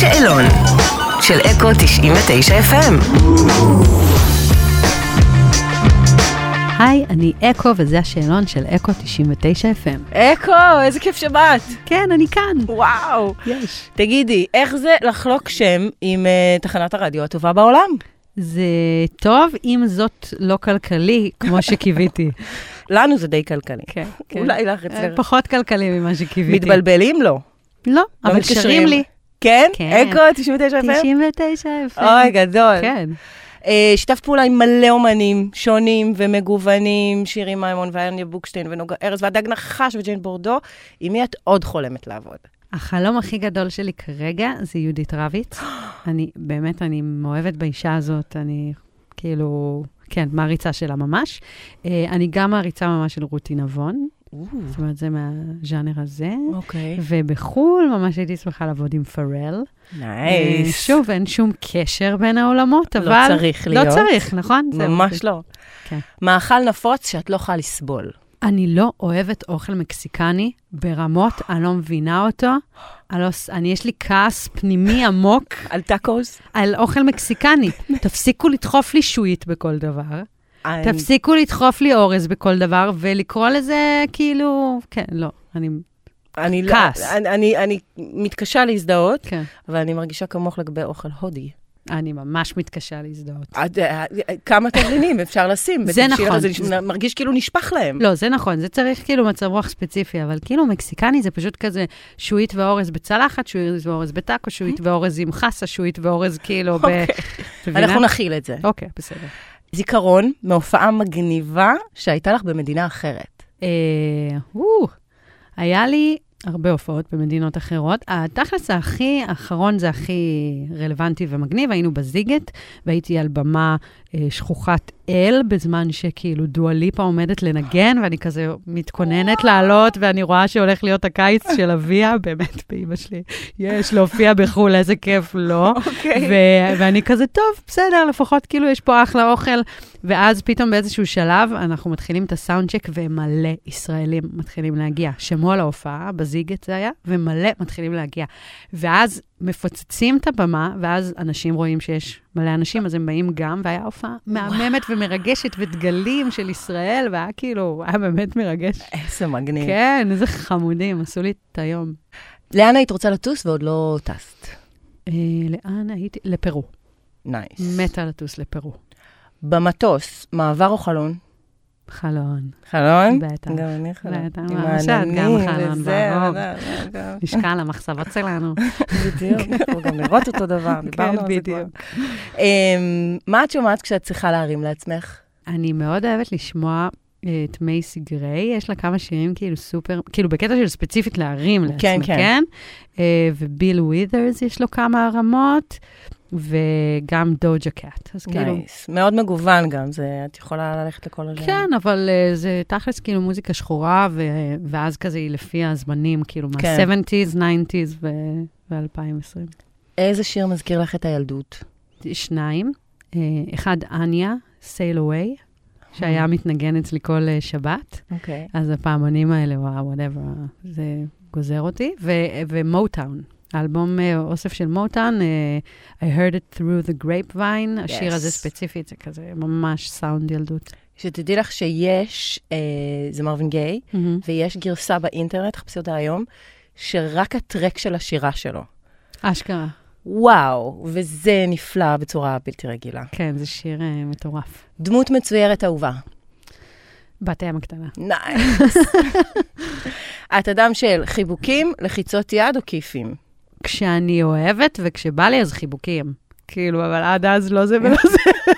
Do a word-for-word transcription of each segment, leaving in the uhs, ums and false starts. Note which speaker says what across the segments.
Speaker 1: השאלון של אקו תשעים ותשע אף אם.
Speaker 2: היי, אני אקו וזה השאלון של אקו תשעים ותשע אף אם.
Speaker 3: אקו, איזה כיף שבאת.
Speaker 2: כן, אני כאן.
Speaker 3: וואו.
Speaker 2: יש.
Speaker 3: תגידי, איך זה לחלוק שם עם uh, תחנת הרדיו הטובה בעולם?
Speaker 2: זה טוב, אם זאת לא כלכלי, כמו שקיוויתי.
Speaker 3: לנו זה די כלכלי.
Speaker 2: כן, כן.
Speaker 3: אולי לך אצלך.
Speaker 2: פחות כלכלי ממה שקיוויתי.
Speaker 3: מתבלבלים? לא.
Speaker 2: לא, אבל קשרים לי.
Speaker 3: כן?
Speaker 2: כן.
Speaker 3: אקו תשעים ותשע אף אם?
Speaker 2: תשעים ותשע אף אם.
Speaker 3: אוי, גדול.
Speaker 2: כן.
Speaker 3: שיתף פעולה עם מלא אומנים שונים ומגוונים, שירי מימון וארניה בוקשטיין ונוגה ארז והדג נחש וג'יין בורדו. עם מי את עוד חולמת לעבוד?
Speaker 2: החלום הכי גדול שלי כרגע זה יהודית רביץ. אני, באמת, אני מאוהבת באישה הזאת, אני כאילו, כן, מעריצה שלה ממש. אני גם מעריצה ממש של רותי נבון. זאת אומרת, זה מהז'אנר הזה.
Speaker 3: אוקיי.
Speaker 2: ובחול ממש הייתי שמחה לעבוד עם פרל.
Speaker 3: נייס.
Speaker 2: שוב, אין שום קשר בין העולמות, אבל...
Speaker 3: לא צריך להיות.
Speaker 2: לא צריך, נכון?
Speaker 3: ממש לא.
Speaker 2: כן.
Speaker 3: מאכל נפוץ שאת לא יכולה לסבול.
Speaker 2: אני לא אוהבת אוכל מקסיקני ברמות, אני לא מבינה אותו. אני, לא, אני יש לי כעס פנימי עמוק.
Speaker 3: על טאקוס?
Speaker 2: על אוכל מקסיקני. תפסיקו לדחוף לי שועית בכל דבר.
Speaker 3: אני...
Speaker 2: תפסיקו לדחוף לי אורז בכל דבר, ולקרוא לזה כאילו... כן, לא, אני...
Speaker 3: אני
Speaker 2: כעס.
Speaker 3: לא, אני, אני, אני מתקשה להזדהות,
Speaker 2: כן.
Speaker 3: אבל אני מרגישה כמוך לגבי אוכל הודי.
Speaker 2: אני ממש מתקשה להזדהות.
Speaker 3: עד, כמה תבלינים אפשר לשים?
Speaker 2: זה נכון.
Speaker 3: זה נש... מרגיש כאילו נשפך להם.
Speaker 2: לא, זה נכון, זה צריך כאילו מצב רוח ספציפי, אבל כאילו מקסיקני זה פשוט כזה שועית ואורז בצלחת, שועית ואורז בטאקו, שועית ואורז עם חסה, שועית ואורז כאילו ב...
Speaker 3: אנחנו נכיל את זה.
Speaker 2: אוקיי, בסדר.
Speaker 3: זיכרון מהופעה מגניבה שהייתה לך במדינה אחרת.
Speaker 2: אה, היה לי הרבה הופעות במדינות אחרות. התכלס הכי האחרון זה הכי רלוונטי ומגניב. היינו בזיגט, והייתי על במה אה, שכוחת אל, בזמן שכאילו דואליפה עומדת לנגן, ואני כזה מתכוננת לעלות, ואני רואה שהולך להיות הקיץ של אביה, באמת באמא שלי, יש להופיע בחול, איזה כיף, לא.
Speaker 3: אוקיי.
Speaker 2: ו- ואני כזה, טוב, בסדר, לפחות כאילו יש פה אחלה אוכל, ואז פתאום באיזשהו שלב, אנחנו מתחילים את הסאונדצ'ק, ומלא ישראלים מתחילים להגיע. שמוע להופעה, בזיגט זה היה, ומלא מתחילים להגיע. ואז מפוצצים את הבמה, ואז אנשים רואים שיש מלא אנשים, אז הם באים גם, והיה הופעה מהממת ומרגשת, ודגלים של ישראל, והיה כאילו, היה באמת מרגש.
Speaker 3: איזה מגניב.
Speaker 2: כן, איזה חמודים, עשו לי את היום.
Speaker 3: לאן היית רוצה לטוס ועוד לא טסת?
Speaker 2: אה, לאן הייתי? לפרו.
Speaker 3: נייס.
Speaker 2: מתה לטוס לפרו.
Speaker 3: במטוס, מעבר או חלון?
Speaker 2: חלון.
Speaker 3: חלון?
Speaker 2: בטח.
Speaker 3: גם אני חלון.
Speaker 2: בטח, שאת גם חלון, ברור. משקל המחשבות שלנו.
Speaker 3: בדיוק, גם לראות אותו דבר.
Speaker 2: כן, בדיוק.
Speaker 3: מה את שומעת כשאת צריכה להרים לעצמך?
Speaker 2: אני מאוד אוהבת לשמוע את מייסי גריי, יש לה כמה שירים כאילו סופר, כאילו בקטע של ספציפית להרים לעצמך, כן? וביל ווית'רס יש לו כמה הרמות, וגם דוג'ה קאט.
Speaker 3: נייס, מאוד מגוון גם, זה, את יכולה ללכת לכל הזה.
Speaker 2: כן, אבל זה תכלס כאילו מוזיקה שחורה, ואז כזה היא לפי הזמנים, כאילו מה-שבעים, תשעים ו-אלפיים ועשרים.
Speaker 3: איזה שיר מזכיר לך את הילדות?
Speaker 2: שניים, אחד אניה, Sail Away, שהיה מתנגן אצלי כל שבת.
Speaker 3: אוקיי.
Speaker 2: אז הפעמונים האלה, וואו, whatever, זה גוזר אותי. ומוטאון, האלבום אוסף של מוטאון, I heard it through the grapevine, השיר הזה ספציפית, זה כזה ממש סאונד ילדות.
Speaker 3: שתדעי לך שיש, זה מרווין גיי, ויש גרסה באינטרנט, חפשי אותה היום, שרק הטרק של השירה שלו.
Speaker 2: אשכרה.
Speaker 3: וואו, וזה נפלא בצורה בלתי רגילה.
Speaker 2: כן, זה שיר uh, מטורף.
Speaker 3: דמות מצוירת אהובה.
Speaker 2: בת הים הקטנה.
Speaker 3: נייס. את אדם של חיבוקים, לחיצות יד או כיפים?
Speaker 2: כשאני אוהבת וכשבא לי אז חיבוקים. כאילו, אבל עד אז לא זה ולא זה.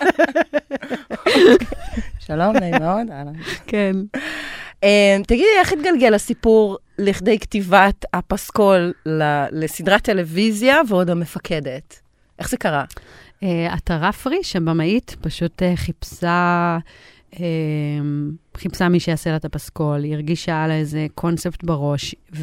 Speaker 3: שלום, נעים מאוד.
Speaker 2: כן.
Speaker 3: תגידי, איך התגלגל הסיפור לכדי כתיבת הפסקול לסדרת טלוויזיה ועוד המפקדת? איך זה קרה?
Speaker 2: עטרה פרי, שבמאית פשוט חיפשה, חיפשה מי שיעשה לה את הפסקול, היא הרגישה על איזה קונספט בראש,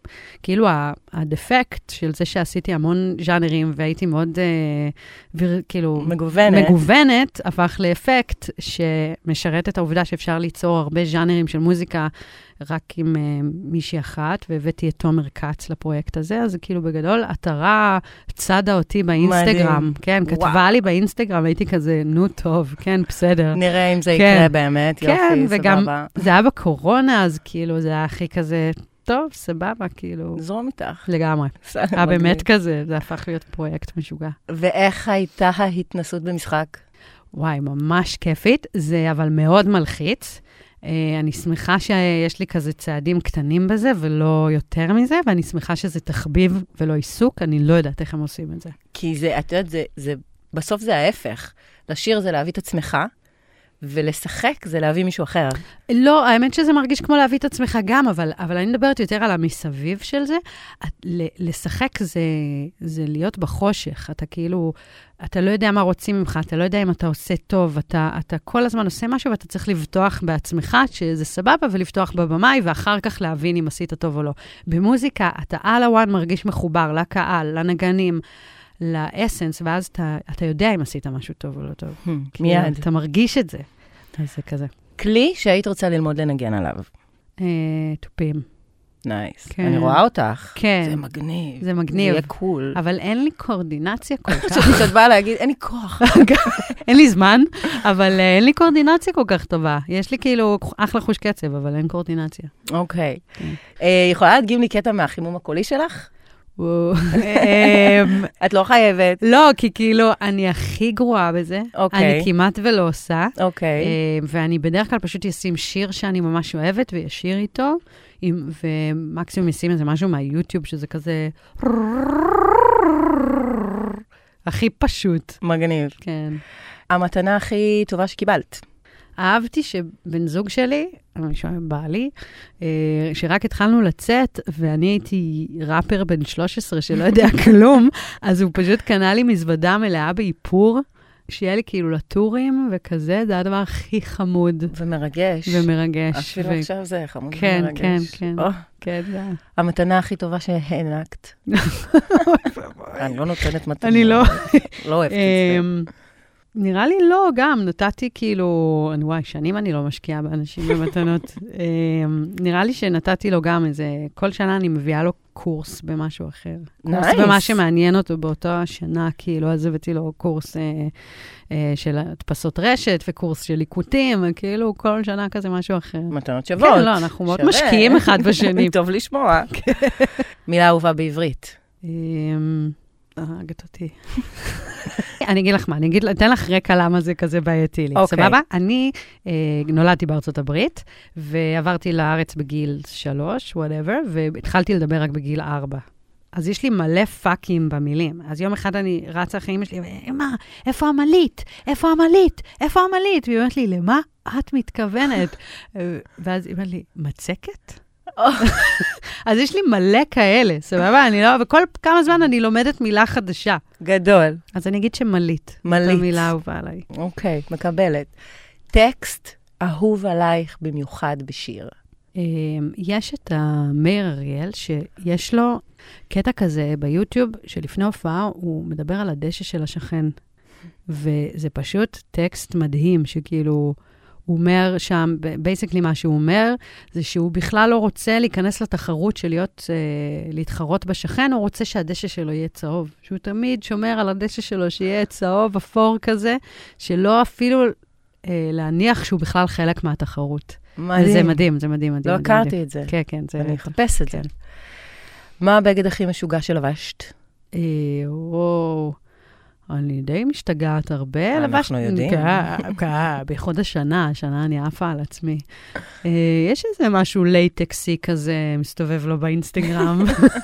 Speaker 2: כאילו הדפקט של זה שעשיתי המון ז'אנרים, והייתי מאוד, אה, ויר, כאילו...
Speaker 3: מגוונת.
Speaker 2: מגוונת, הפך לאפקט שמשרת את העובדה שאפשר ליצור הרבה ז'אנרים של מוזיקה, רק עם uh, מישהי אחת, והבאתי את תומר קץ לפרויקט הזה, אז כאילו בגדול, עטרה צדה אותי באינסטגרם, מדהים. כן, וואו. כתבה לי באינסטגרם, הייתי כזה, נו טוב, כן, בסדר.
Speaker 3: נראה אם זה
Speaker 2: כן.
Speaker 3: יקרה באמת,
Speaker 2: כן,
Speaker 3: יופי,
Speaker 2: וגם
Speaker 3: סבבה.
Speaker 2: זה היה בקורונה, אז כאילו זה היה הכי כזה, טוב, סבבה, כאילו.
Speaker 3: זרום איתך.
Speaker 2: לגמרי. היה באמת כזה, זה הפך להיות פרויקט משוגע.
Speaker 3: ואיך הייתה ההתנסות במשחק?
Speaker 2: וואי, ממש כיפית, זה אבל מאוד מלחיץ. אני שמחה שיש לי כזה צעדים קטנים בזה, ולא יותר מזה, ואני שמחה שזה תחביב ולא עיסוק, אני לא יודעת איך הם עושים את זה.
Speaker 3: כי זה, את יודעת, זה, זה, בסוף זה ההפך. לשיר זה להביא את עצמך, ולשחק זה להביא מישהו אחר.
Speaker 2: לא, האמת שזה מרגיש כמו להביא את עצמך גם, אבל, אבל אני מדברת יותר על המסביב של זה. לשחק זה, זה להיות בחושך. אתה כאילו, אתה לא יודע מה רוצים ממך, אתה לא יודע אם אתה עושה טוב, אתה, אתה כל הזמן עושה משהו, ואתה צריך לבטוח בעצמך, שזה סבבה, ולפתוח בבמאי, ואחר כך להבין אם עשית טוב או לא. במוזיקה, אתה על הוואן מרגיש מחובר, לקהל, לנגנים, לאסנס, ואז אתה, אתה יודע אם עשית משהו טוב או לא טוב.
Speaker 3: מיד.
Speaker 2: אתה מרגיש את זה. אז זה כזה.
Speaker 3: כלי שהיית רוצה ללמוד לנגן עליו.
Speaker 2: תופים.
Speaker 3: נייס. אני רואה אותך.
Speaker 2: כן.
Speaker 3: זה מגניב.
Speaker 2: זה מגניב.
Speaker 3: זה יהיה קול.
Speaker 2: אבל אין לי קורדינציה כל כך.
Speaker 3: שאת באה להגיד, אין לי כוח.
Speaker 2: אין לי זמן, אבל אין לי קורדינציה כל כך טובה. יש לי כאילו אחלה חוש קצב, אבל אין קורדינציה.
Speaker 3: אוקיי. יכולה להדגים לי קטע מהחימום הקולי שלך? את לא חייבת.
Speaker 2: לא, כי כאילו, אני הכי גרועה בזה. אני כמעט ולא עושה. ואני בדרך כלל פשוט אשים שיר שאני ממש אוהבת, וישיר איתו, ומקסימום אשים איזה משהו מהיוטיוב, שזה כזה... הכי פשוט.
Speaker 3: מגניב.
Speaker 2: כן.
Speaker 3: המתנה הכי טובה שקיבלת.
Speaker 2: אהבתי שבן זוג שלי, אני שואל בעלי, שרק התחלנו לצאת, ואני הייתי ראפר בן שלוש עשרה שלא יודע כלום, אז הוא פשוט קנה לי מזוודה מלאה באיפור, שיהיה לי כאילו לטורים וכזה, זה הדבר הכי חמוד.
Speaker 3: ומרגש.
Speaker 2: ומרגש.
Speaker 3: אפילו ו... עכשיו זה חמוד
Speaker 2: כן,
Speaker 3: ומרגש.
Speaker 2: כן, כן,
Speaker 3: oh.
Speaker 2: כן. זה...
Speaker 3: המתנה הכי טובה שהענקת. אני לא נותנת מתנה.
Speaker 2: אני לא.
Speaker 3: לא אוהבת את זה.
Speaker 2: נראה לי לא, גם נתתי כאילו, אני וואי, שנים אני לא משקיעה באנשים במתנות. נראה לי שנתתי לו גם איזה, כל שנה אני מביאה לו קורס במשהו אחר. קורס במה שמעניין אותו באותה שנה, כאילו, אז הבאתי לו קורס של הדפסות רשת וקורס של ליקוטים, כאילו, כל שנה כזה משהו אחר.
Speaker 3: מתנות שוות.
Speaker 2: כן, לא, אנחנו מאוד משקיעים אחד בשני.
Speaker 3: טוב לשמוע. מילה אהובה בעברית.
Speaker 2: הרגת אותי. אני אגיד לך מה, אני אתן לך רקע למה זה כזה בעייתי לי, סבבה? אני נולדתי בארצות הברית, ועברתי לארץ בגיל שלוש, whatever, והתחלתי לדבר רק בגיל ארבע. אז יש לי מלא פאקים במילים. אז יום אחד אני רצה אחרי אמא שלי, אמא, איפה המלית? איפה המלית? איפה המלית? והיא אומרת לי, למה את מתכוונת? ואז היא אומרת לי, מצקת? אז יש לי מלא כאלה, סבבה? אני לא, וכל כמה זמן אני לומדת מילה חדשה.
Speaker 3: גדול.
Speaker 2: אז אני אגיד שמלית.
Speaker 3: מלית.
Speaker 2: זו מילה אהובה עליי.
Speaker 3: אוקיי, מקבלת. טקסט אהוב עלייך במיוחד בשיר.
Speaker 2: יש את מאיר אריאל, שיש לו קטע כזה ביוטיוב, שלפני הופעה הוא מדבר על הדשא של השכן. וזה פשוט טקסט מדהים, שכאילו... הוא אומר שם, בייסיקלי מה שהוא אומר, זה שהוא בכלל לא רוצה להיכנס לתחרות של להיות, אה, להתחרות בשכן, הוא רוצה שהדשא שלו יהיה צהוב. שהוא תמיד שומר על הדשא שלו שיהיה צהוב, אפור כזה, שלא אפילו אה, להניח שהוא בכלל חלק מהתחרות. מדהים. זה מדהים, זה מדהים, מדהים.
Speaker 3: לא הכרתי את זה.
Speaker 2: כן, כן. זה
Speaker 3: אני אחפש את זה. מה הבגד הכי משוגע שלבשת?
Speaker 2: אה, וואו. אני די משתגעת הרבה.
Speaker 3: אנחנו יודעים.
Speaker 2: כן, בייחוד השנה, השנה אני עפה על עצמי. יש איזה משהו לייטקסי כזה, מסתובב לו באינסטגרם.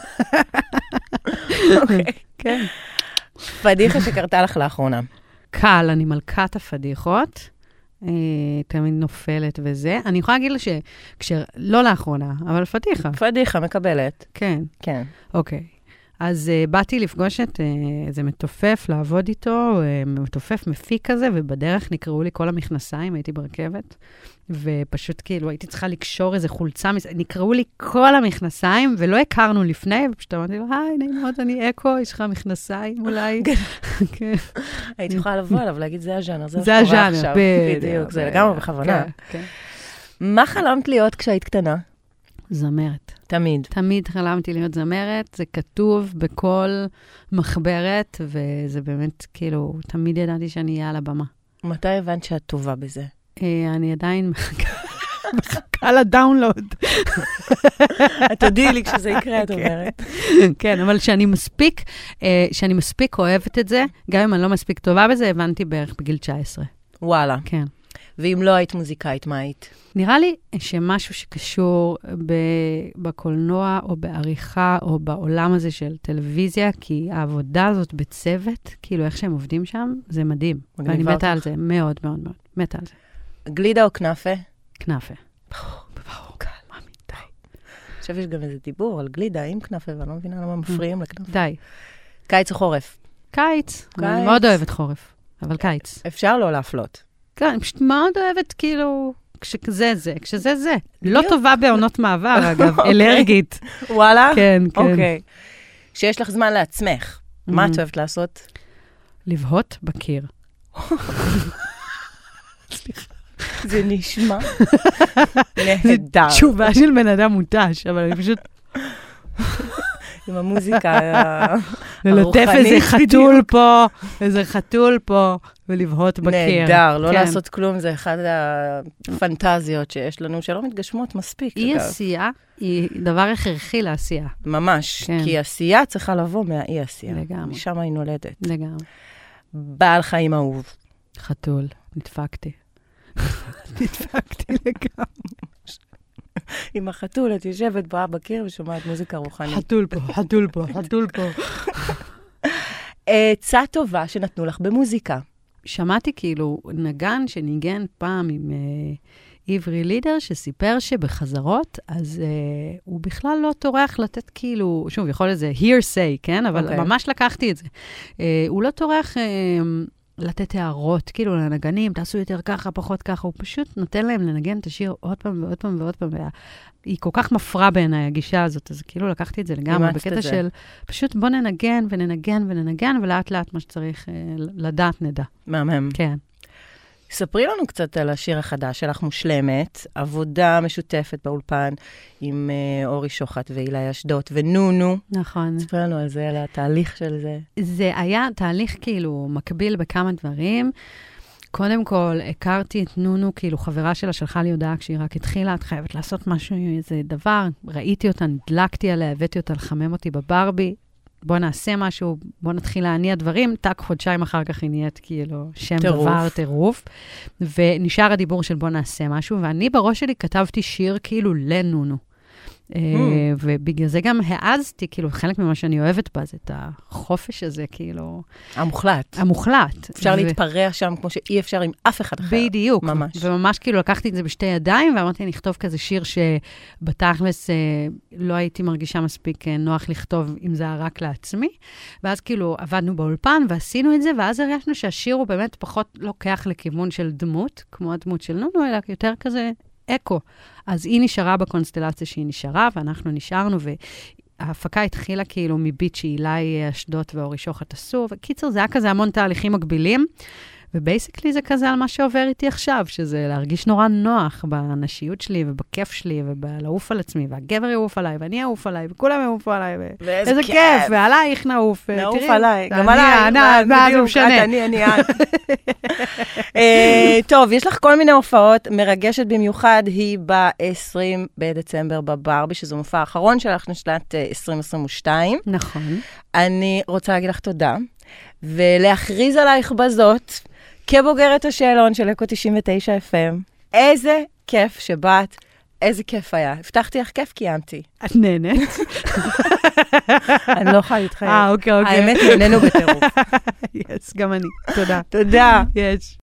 Speaker 3: אוקיי.
Speaker 2: כן.
Speaker 3: פדיחה שקרתה לך לאחרונה.
Speaker 2: קל, אני מלכת הפדיחות. תמיד נופלת וזה. אני יכולה להגיד לה שכש... לא לאחרונה, אבל פדיחה.
Speaker 3: פדיחה מקבלת.
Speaker 2: כן.
Speaker 3: כן.
Speaker 2: אוקיי. אז uh, באתי לפגוש את uh, איזה מתופף, לעבוד איתו, uh, מתופף מפיק כזה, ובדרך נקראו לי כל המכנסיים, הייתי ברכבת, ופשוט כאילו הייתי צריכה לקשור איזה חולצה, נקראו לי כל המכנסיים, ולא הכרנו לפני, ופשוט אמרתי לו, היי, נעים מאוד, אני אקו, יש לך מכנסיים אולי? כן.
Speaker 3: הייתי יכולה לבוא אליו, להגיד, זה הז'אנר,
Speaker 2: זה הז'אנר,
Speaker 3: בדיוק, זה לגמרי בכוונה. מה חלמת להיות כשהיית קטנה?
Speaker 2: זמרת.
Speaker 3: תמיד.
Speaker 2: תמיד חלמתי להיות זמרת, זה כתוב בכל מחברת, וזה באמת, כאילו, תמיד ידעתי שאני אהיה על הבמה.
Speaker 3: מתי הבנת שאת טובה בזה?
Speaker 2: אני עדיין מחכה לדאונלוד.
Speaker 3: את תודיעי לי כשזה יקרה, את אומרת.
Speaker 2: כן, אבל שאני מספיק, שאני מספיק אוהבת את זה, גם אם אני לא מספיק טובה בזה, הבנתי בערך בגיל תשע עשרה.
Speaker 3: וואלה.
Speaker 2: כן.
Speaker 3: ואם לא היית מוזיקאית, מה היית?
Speaker 2: נראה לי שמשהו שקשור בקולנוע או בעריכה או בעולם הזה של טלוויזיה, כי העבודה הזאת בצוות, כאילו איך שהם עובדים שם, זה מדהים. ואני מתה על זה, מאוד מאוד מאוד, מתה על זה.
Speaker 3: גלידה או כנאפה?
Speaker 2: כנאפה.
Speaker 3: ברור, קל. ממי, די. עכשיו יש גם איזה דיבור על גלידה עם כנאפה, ואני לא מבינה למה מפריעים לכנאפה.
Speaker 2: די.
Speaker 3: קיץ או חורף?
Speaker 2: קיץ. אני מאוד אוהבת חורף, אבל קיץ.
Speaker 3: אפשר לא להפלות.
Speaker 2: כן, אני פשוט מאוד אוהבת, כאילו, כשזה זה, כשזה זה. לא טובה בעונות מעבר, אגב, אלרגית.
Speaker 3: וואלה?
Speaker 2: כן, כן.
Speaker 3: אוקיי. שיש לך זמן לעצמך, מה את אוהבת לעשות?
Speaker 2: לבהות בקיר.
Speaker 3: סליחה. זה נשמע נהדר.
Speaker 2: תשובה של בן אדם מוטש, אבל אני פשוט...
Speaker 3: עם המוזיקה
Speaker 2: ללטף איזה חתול פה, איזה חתול פה, ולבהות בקיר.
Speaker 3: נהדר, לא לעשות כלום, זה אחד הפנטזיות שיש לנו, שלא מתגשמות מספיק.
Speaker 2: אי עשייה היא דבר הכרחי לעשייה.
Speaker 3: ממש, כי עשייה צריכה לבוא מהאי עשייה.
Speaker 2: לגמרי.
Speaker 3: משם היא נולדת.
Speaker 2: לגמרי.
Speaker 3: בעל חיים אהוב.
Speaker 2: חתול, נדפקתי. נדפקתי לגמרי.
Speaker 3: עם החתול, את יושבת באה בקיר ושומעת מוזיקה רוחנית.
Speaker 2: חתול פה, חתול פה, חתול פה.
Speaker 3: עצה טובה שנתנו לך במוזיקה.
Speaker 2: שמעתי כאילו נגן שניגן פעם עם עברי לידר, שסיפר שבחזרות, אז uh, הוא בכלל לא טורח לתת כאילו, שוב, יכול להיות זה hearsay, כן? אבל okay. ממש לקחתי את זה. Uh, הוא לא טורח... Uh, לתת הערות, כאילו לנגנים, תעשו יותר ככה, פחות ככה, הוא פשוט נותן להם לנגן את השיר עוד פעם ועוד פעם ועוד פעם, והיא כל כך מפרה בעיניי, הגישה הזאת, אז כאילו לקחתי את זה לגמרי, בקטע של, פשוט בוא ננגן וננגן וננגן, ולאט לאט מה שצריך לדעת נדע.
Speaker 3: מהמם.
Speaker 2: כן.
Speaker 3: ספרי לנו קצת על השיר החדש שלך, מושלמת, עבודה משותפת באולפן עם uh, אורי שוחט ואילי אשדות ונונו.
Speaker 2: נכון.
Speaker 3: ספרי לנו על זה, על התהליך של זה.
Speaker 2: זה היה תהליך כאילו מקביל בכמה דברים. קודם כל, הכרתי את נונו, כאילו חברה שלה שלחה לי הודעה כשהיא רק התחילה, את חייבת לעשות משהו, איזה דבר. ראיתי אותה, נדלקתי עליה, הבאתי אותה לחמם אותי בברבי. בוא נעשה משהו, בוא נתחיל להניע דברים, תק חודשיים אחר כך היא נהיית כאילו שם טירוף. דבר, טירוף, ונשאר הדיבור של בוא נעשה משהו, ואני בראש שלי כתבתי שיר כאילו לנונו. Mm. ובגלל זה גם העזתי, כאילו, חלק ממה שאני אוהבת בה, זה את החופש הזה, כאילו...
Speaker 3: המוחלט.
Speaker 2: המוחלט.
Speaker 3: אפשר ו... להתפרע שם כמו שאי אפשר עם אף אחד אחר.
Speaker 2: בדיוק.
Speaker 3: ממש.
Speaker 2: וממש כאילו לקחתי את זה בשתי ידיים, ואמרתי, אני אכתוב כזה שיר שבתכלס לא הייתי מרגישה מספיק נוח לכתוב אם זה היה רק לעצמי. ואז כאילו עבדנו באולפן ועשינו את זה, ואז הרגשנו שהשיר הוא באמת פחות לוקח לכיוון של דמות, כמו הדמות של נונו, אלא יותר כזה... אקו. אז היא נשארה בקונסטלציה שהיא נשארה, ואנחנו נשארנו, וההפקה התחילה כאילו מביט שאילי אשדות ואורי שוחט עשו, וקיצר, זה היה כזה המון תהליכים מקבילים, ובייסיקלי זה כזה על מה שעובר איתי עכשיו, שזה להרגיש נורא נוח בנשיות שלי ובכיף שלי ובלעוף על עצמי, והגבר יעוף עליי, ואני אעוף עליי, וכולם יעופו עליי, ואיזה כיף, ועלייך נעוף.
Speaker 3: נעוף עליי, גם עליי,
Speaker 2: מה זה משנה?
Speaker 3: אני, אני, אני. טוב, יש לך כל מיני הופעות, מרגשת במיוחד, היא ב-עשרים בדצמבר בברבי, שזו מופע האחרון שלך לשנת עשרים עשרים ושתיים.
Speaker 2: נכון.
Speaker 3: אני רוצה להגיד לך תודה, ולהכריז עלייך בזאת, כבוגרת השאלון של אקו תשעים ותשע אף אם, איזה כיף שבאת, איזה כיף היה. הבטחתי לך כיף, קיימתי.
Speaker 2: את נהנית?
Speaker 3: אני לא יכולה להתחייב.
Speaker 2: אה, אוקיי, אוקיי.
Speaker 3: האמת, נהנינו בטירוף.
Speaker 2: יס, גם אני. תודה.
Speaker 3: תודה.
Speaker 2: יש.